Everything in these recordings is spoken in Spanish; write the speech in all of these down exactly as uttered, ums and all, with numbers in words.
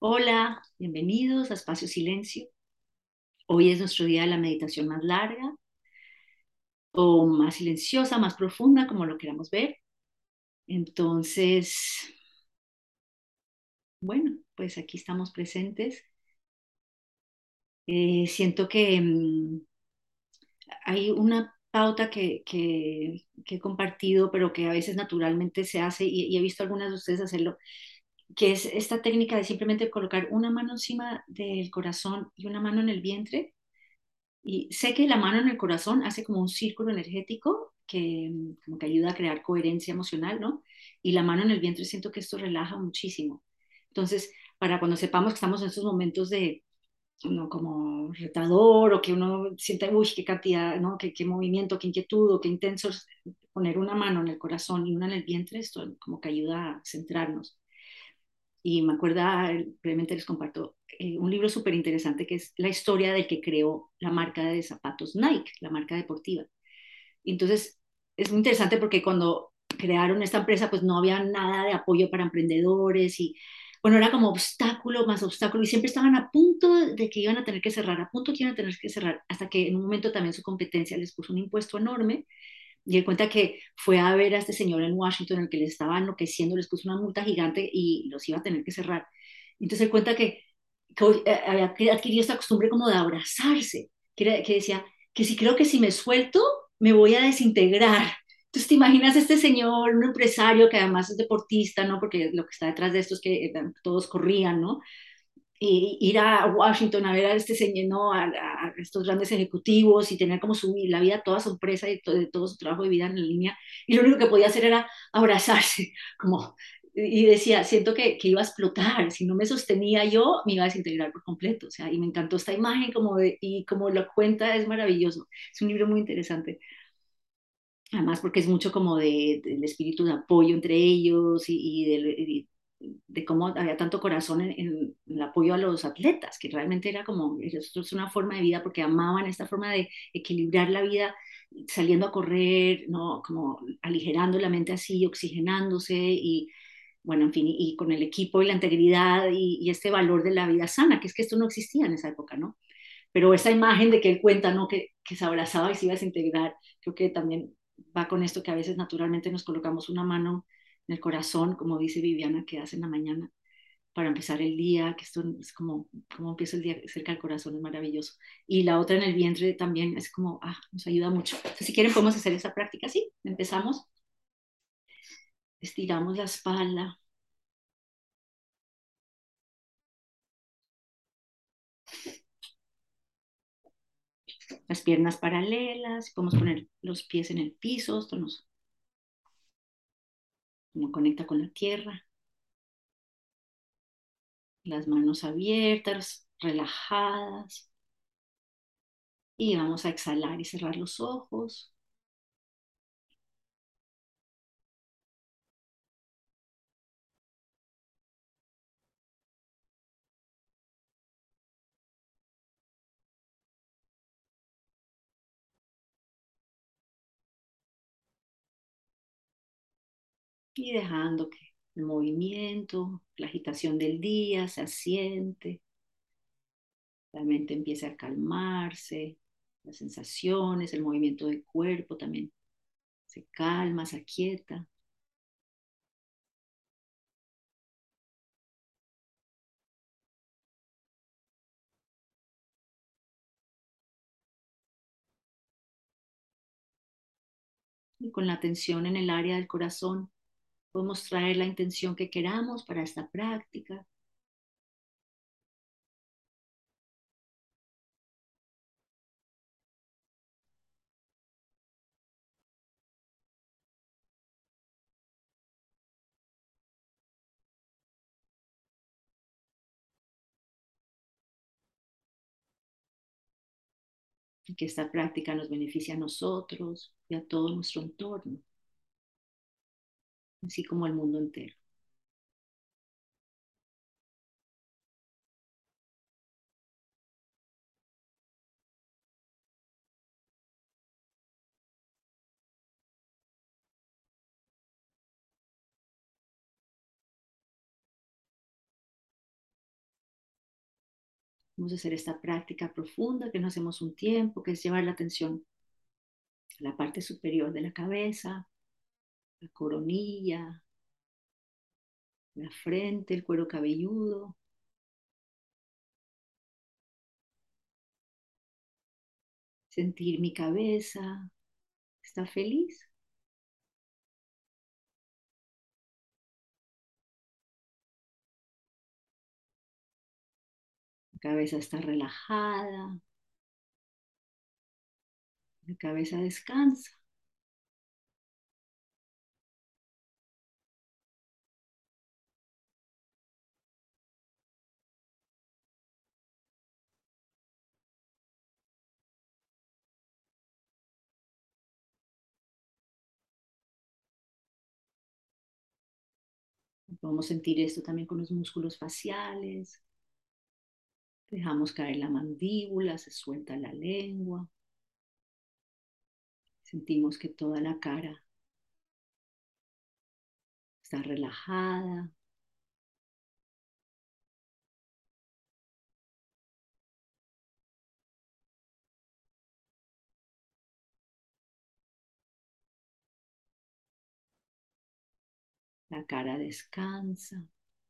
Hola, bienvenidos a Espacio Silencio. Hoy es nuestro día de la meditación más larga o más silenciosa, más profunda, como lo queramos ver. Entonces, bueno, pues aquí estamos presentes. Eh, siento que mm, hay una pauta que, que- que he compartido, pero que a veces naturalmente se hace, y, y he visto algunas de ustedes hacerlo, que es esta técnica de simplemente colocar una mano encima del corazón y una mano en el vientre. Y sé que la mano en el corazón hace como un círculo energético que mm, como que ayuda a crear coherencia emocional, ¿no? Y la mano en el vientre siento que esto relaja muchísimo. Entonces, para cuando sepamos que estamos en estos momentos de, ¿no? Como retador o que uno siente, uy, qué cantidad, ¿no? Qué, qué movimiento, qué inquietud o qué intensos, poner una mano en el corazón y una en el vientre, esto como que ayuda a centrarnos. Y me acuerda, brevemente les comparto, eh, un libro súper interesante que es la historia del que creó la marca de zapatos Nike, la marca deportiva. Y entonces es muy interesante porque cuando crearon esta empresa, pues no había nada de apoyo para emprendedores y bueno, era como obstáculo más obstáculo y siempre estaban a punto de que iban a tener que cerrar, a punto que iban a tener que cerrar, hasta que en un momento también su competencia les puso un impuesto enorme y él cuenta que fue a ver a este señor en Washington, el que les estaba enloqueciendo, les puso una multa gigante y los iba a tener que cerrar. Entonces él cuenta que, que hoy, eh, había adquirido esta costumbre como de abrazarse, que, era- que decía que si creo que si me suelto, me voy a desintegrar. Entonces te imaginas este señor, un empresario que además es deportista, ¿no? Porque lo que está detrás de esto es que eh, todos corrían, ¿no? Y ir a Washington a ver a este señor, ¿no? A, a estos grandes ejecutivos y tener como su la vida toda su empresa y todo, todo su trabajo de vida en línea. Y lo único que podía hacer era abrazarse, como, y decía, siento que, que iba a explotar, si no me sostenía yo, me iba a desintegrar por completo. O sea, y me encantó esta imagen como de, y como lo cuenta, es maravilloso. Es un libro muy interesante. Además, porque es mucho como de, del espíritu de apoyo entre ellos y, y del- y de cómo había tanto corazón en, en el apoyo a los atletas, que realmente era como, esto es una forma de vida porque amaban esta forma de equilibrar la vida saliendo a correr, ¿no? Como aligerando la mente así, oxigenándose y, bueno, en fin, y, y con el equipo y la integridad y, y este valor de la vida sana, que es que esto no existía en esa época, ¿no? Pero esa imagen de que él cuenta, ¿no? Que, que se abrazaba y se iba a desintegrar, creo que también va con esto que a veces naturalmente nos colocamos una mano en el corazón, como dice Viviana, que hace en la mañana para empezar el día, que esto es como, como empieza el día cerca del corazón, es maravilloso. Y la otra en el vientre también es como, ah, nos ayuda mucho. Entonces, si quieren, podemos hacer esa práctica, ¿sí? Empezamos, estiramos la espalda, las piernas paralelas, podemos poner los pies en el piso, esto nos, nos conecta con la tierra. Las manos abiertas, relajadas. Y vamos a exhalar y cerrar los ojos. Y dejando que el movimiento, la agitación del día se asiente, la mente empiece a calmarse, las sensaciones, el movimiento del cuerpo también se calma, se aquieta. Y con la atención en el área del corazón, podemos traer la intención que queramos para esta práctica. Y que esta práctica nos beneficie a nosotros y a todo nuestro entorno, así como al mundo entero. Vamos a hacer esta práctica profunda que nos hacemos un tiempo, que es llevar la atención a la parte superior de la cabeza, la coronilla, la frente, el cuero cabelludo. Sentir mi cabeza. ¿Está feliz? La cabeza está relajada. La cabeza descansa. Podemos sentir esto también con los músculos faciales. Dejamos caer la mandíbula, se suelta la lengua. Sentimos que toda la cara está relajada. La cara descansa.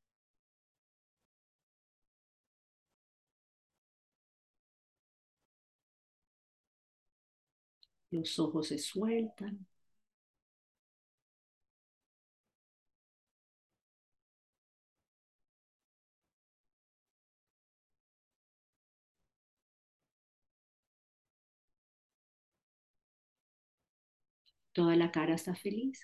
Los ojos se sueltan. Toda la cara está feliz.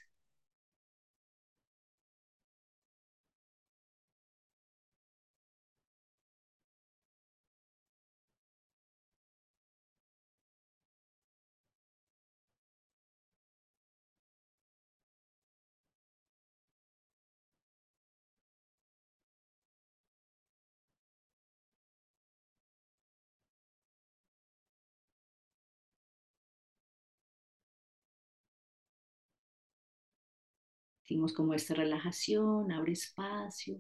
Sentimos como esta relajación abre espacio.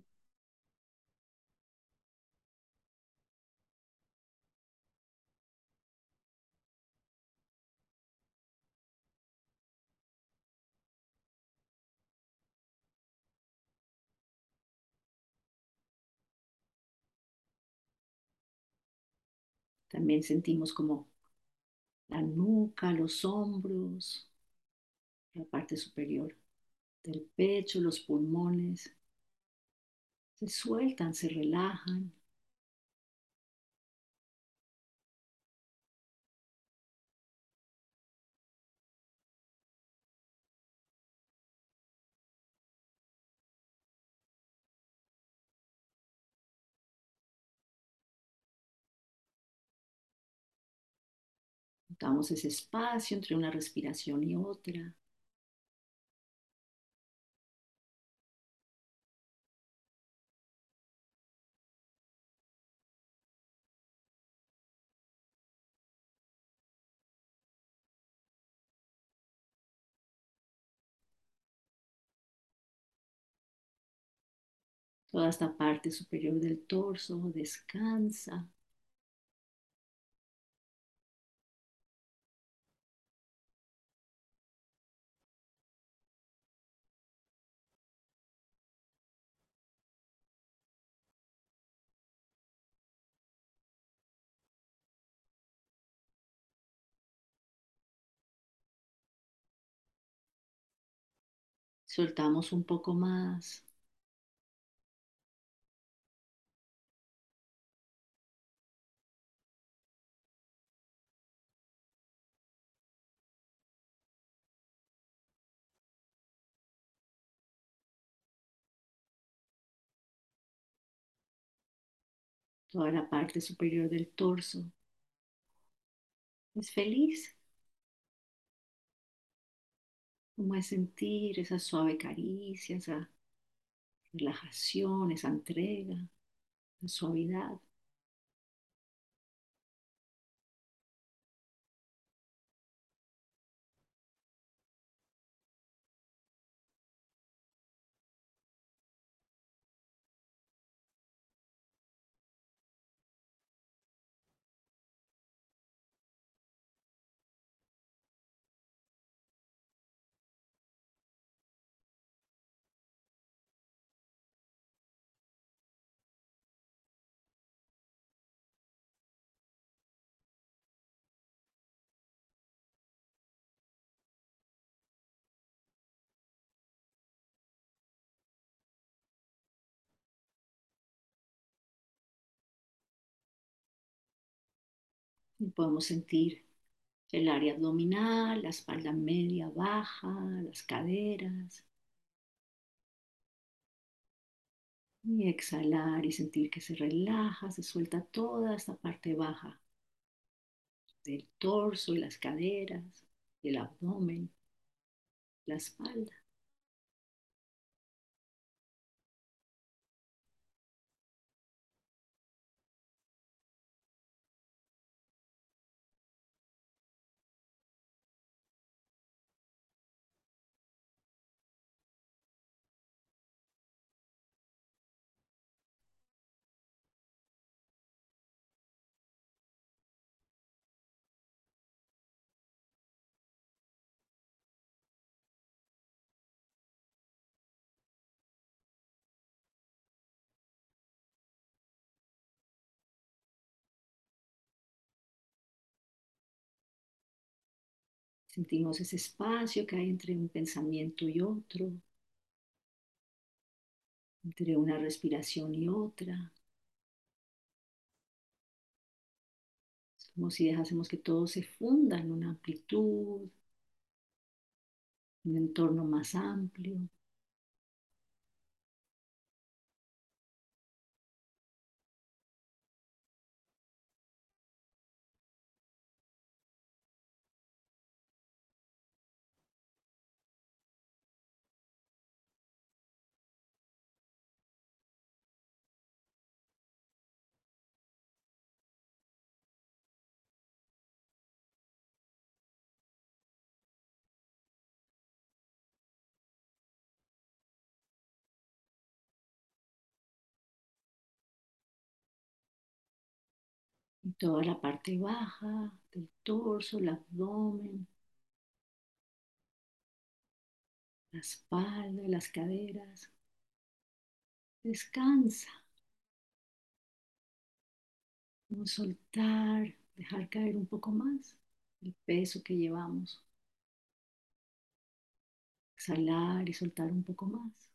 También sentimos como la nuca, los hombros, la parte superior del pecho, los pulmones se sueltan, se relajan. Damos ese espacio entre una respiración y otra. Toda esta parte superior del torso descansa. Soltamos un poco más. Toda la parte superior del torso es feliz. Como es sentir esa suave caricia, esa relajación, esa entrega, la suavidad. Y podemos sentir el área abdominal, la espalda media, baja, las caderas. Y exhalar y sentir que se relaja, se suelta toda esta parte baja del torso y las caderas, el abdomen, la espalda. Sentimos ese espacio que hay entre un pensamiento y otro, entre una respiración y otra. Es como si dejásemos que todo se funda en una amplitud, un entorno más amplio. Y toda la parte baja del torso, el abdomen, la espalda, las caderas. Descansa. Vamos a soltar, dejar caer un poco más el peso que llevamos. Exhalar y soltar un poco más.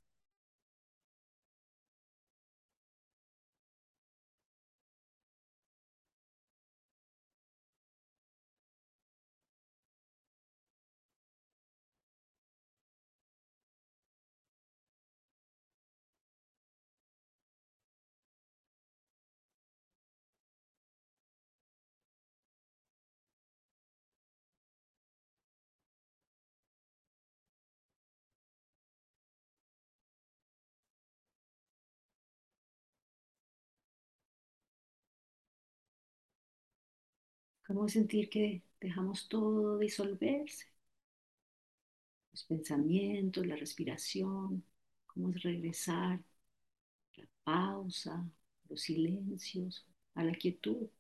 Como sentir que dejamos todo disolverse. Los pensamientos, la respiración. Cómo es regresar, la pausa, los silencios, a la quietud.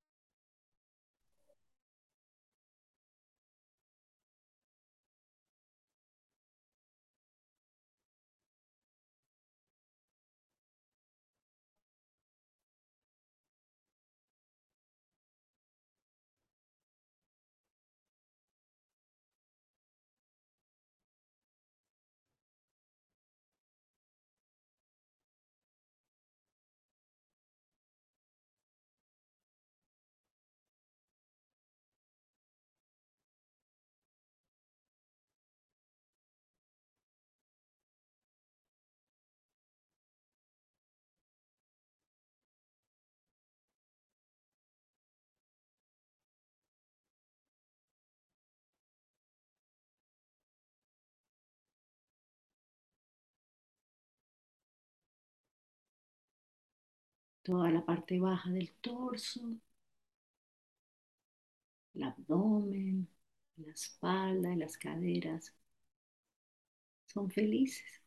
Toda la parte baja del torso, el abdomen, la espalda y las caderas son felices.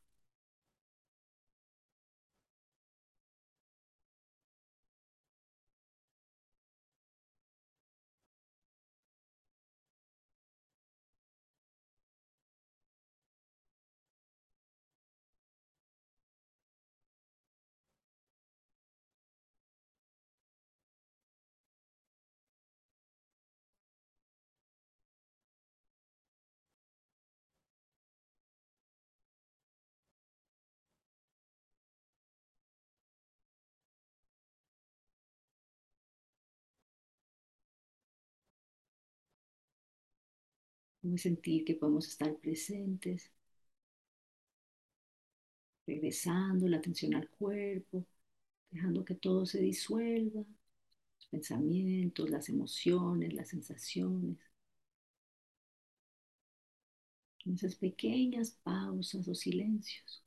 Cómo es sentir que podemos estar presentes, regresando la atención al cuerpo, dejando que todo se disuelva, los pensamientos, las emociones, las sensaciones, en esas pequeñas pausas o silencios.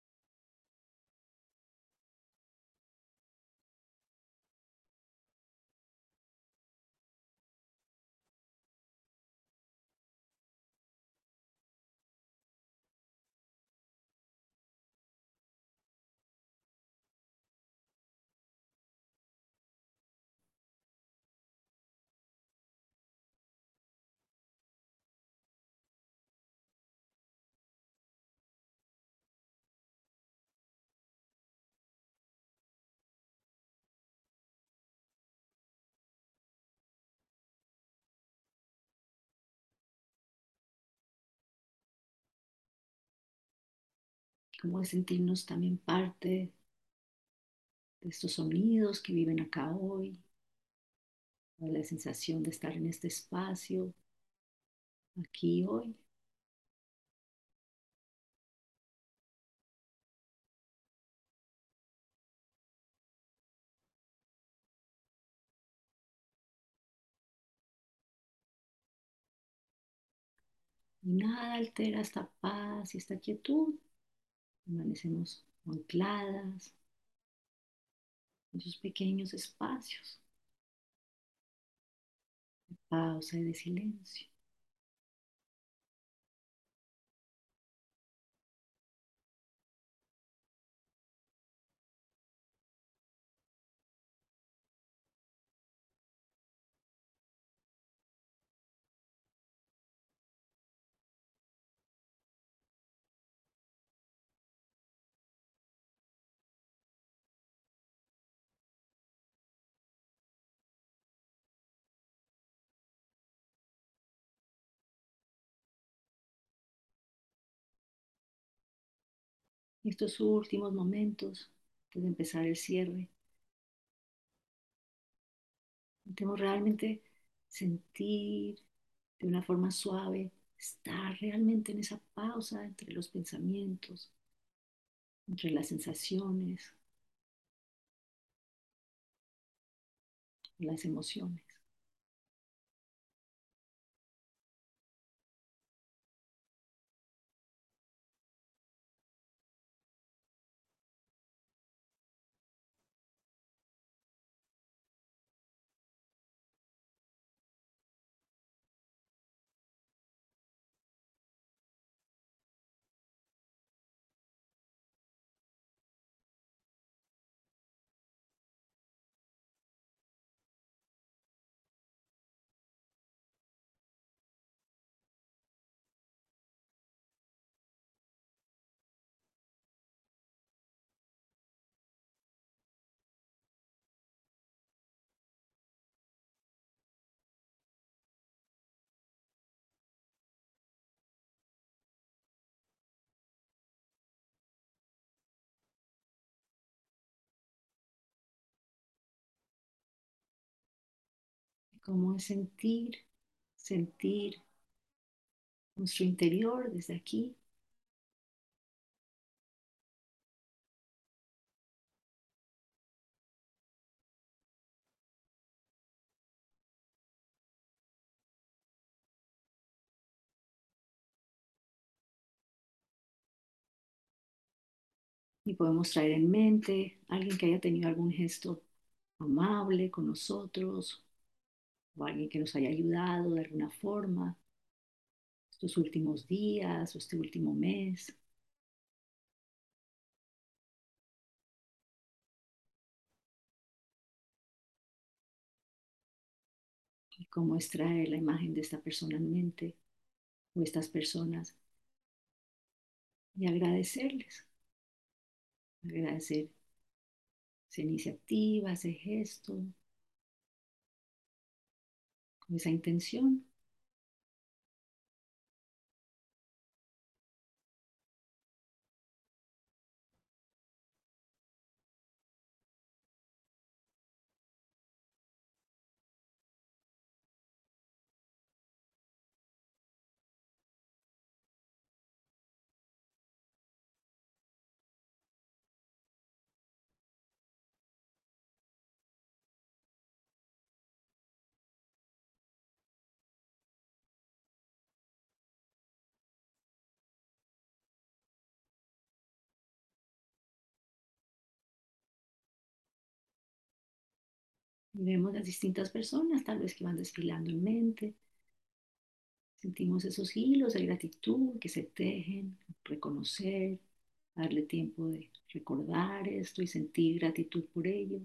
Cómo es sentirnos también parte de estos sonidos que viven acá hoy, de la sensación de estar en este espacio, aquí hoy. Y nada altera esta paz y esta quietud. Permanecemos ancladas en esos pequeños espacios de pausa y de silencio. En estos últimos momentos, antes de empezar el cierre, intentemos realmente sentir de una forma suave, estar realmente en esa pausa entre los pensamientos, entre las sensaciones, las emociones. Cómo es sentir, sentir nuestro interior desde aquí. Y podemos traer en mente a alguien que haya tenido algún gesto amable con nosotros o alguien que nos haya ayudado de alguna forma estos últimos días o este último mes. Y cómo extraer la imagen de esta persona en mente o estas personas y agradecerles, agradecer esa iniciativa, ese gesto, con esa intención. Y vemos las distintas personas, tal vez que van desfilando en mente. Sentimos esos hilos de gratitud que se tejen, reconocer, darle tiempo de recordar esto y sentir gratitud por ello.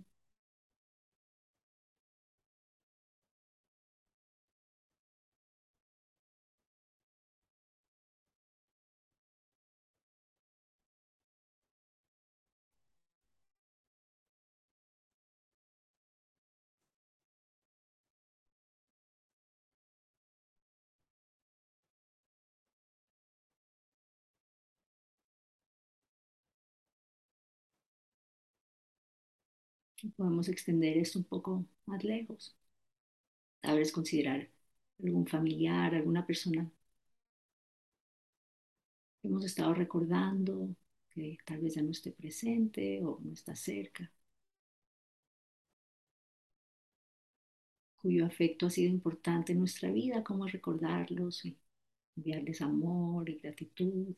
Y podemos extender esto un poco más lejos. Tal vez considerar algún familiar, alguna persona que hemos estado recordando, que tal vez ya no esté presente o no está cerca, cuyo afecto ha sido importante en nuestra vida, cómo recordarlos y enviarles amor y gratitud.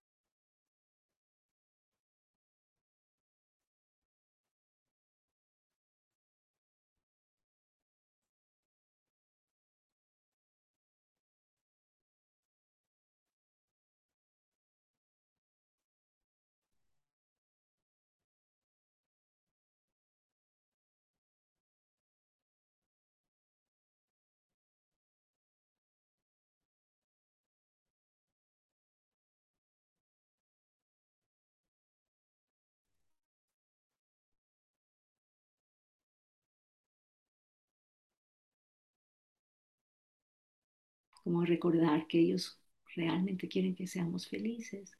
Como recordar que ellos realmente quieren que seamos felices,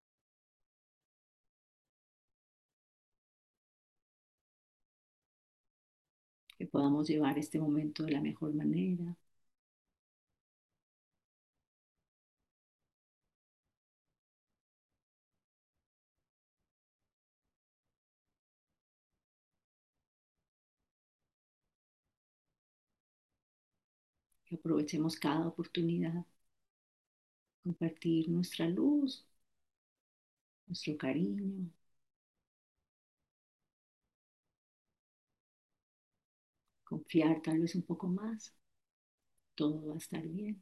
que podamos llevar este momento de la mejor manera. Que aprovechemos cada oportunidad, compartir nuestra luz, nuestro cariño, confiar tal vez un poco más, todo va a estar bien.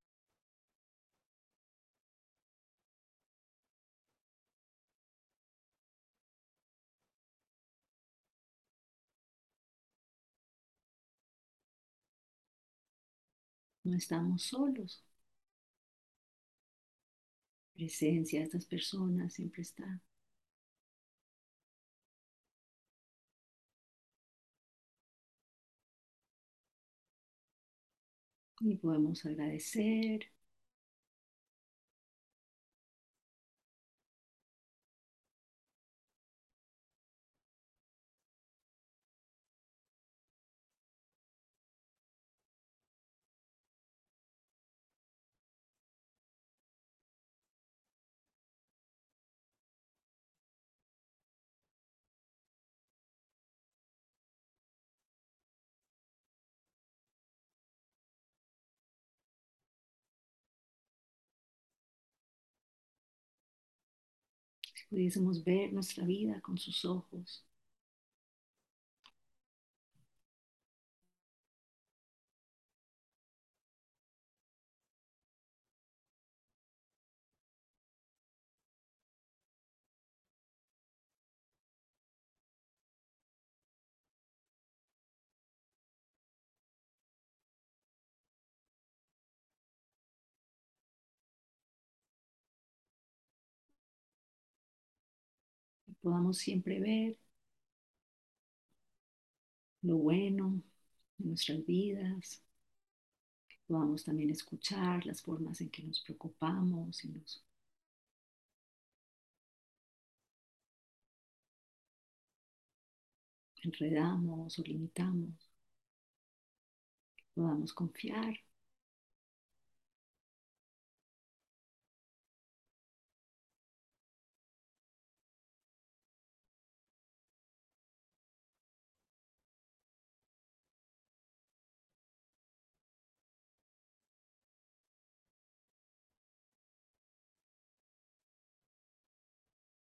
No estamos solos, la presencia de estas personas siempre está y podemos agradecer, si pudiésemos ver nuestra vida con sus ojos, y podamos siempre ver lo bueno de nuestras vidas, podamos también escuchar las formas en que nos preocupamos y nos enredamos o limitamos, podamos confiar,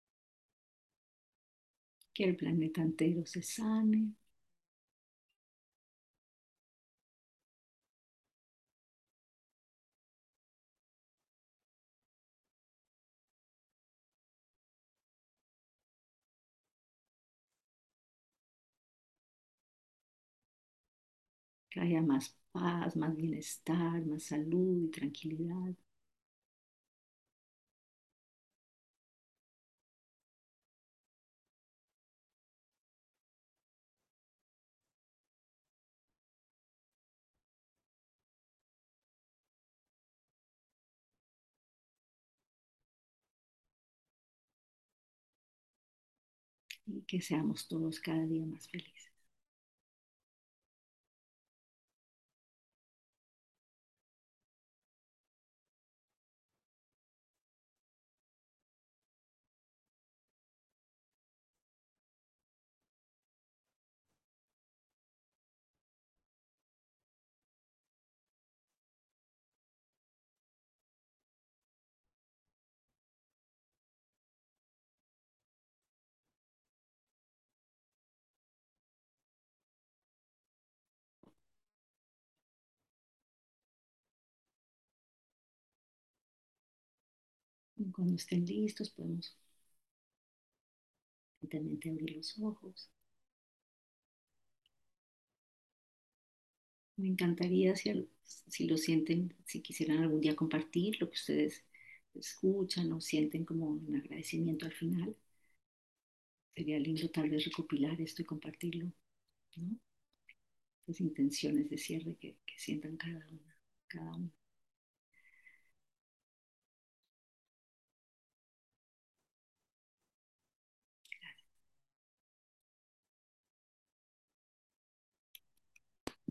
que el planeta entero se sane, que haya más paz, más bienestar, más salud y tranquilidad. Y que seamos todos cada día más felices. Y cuando estén listos, podemos lentamente abrir los ojos. Me encantaría si, al- si lo sienten, si quisieran algún día compartir lo que ustedes escuchan o sienten como un agradecimiento al final. Sería lindo tal vez recopilar esto y compartirlo, ¿no? Las intenciones de cierre que, que sientan cada una, cada uno.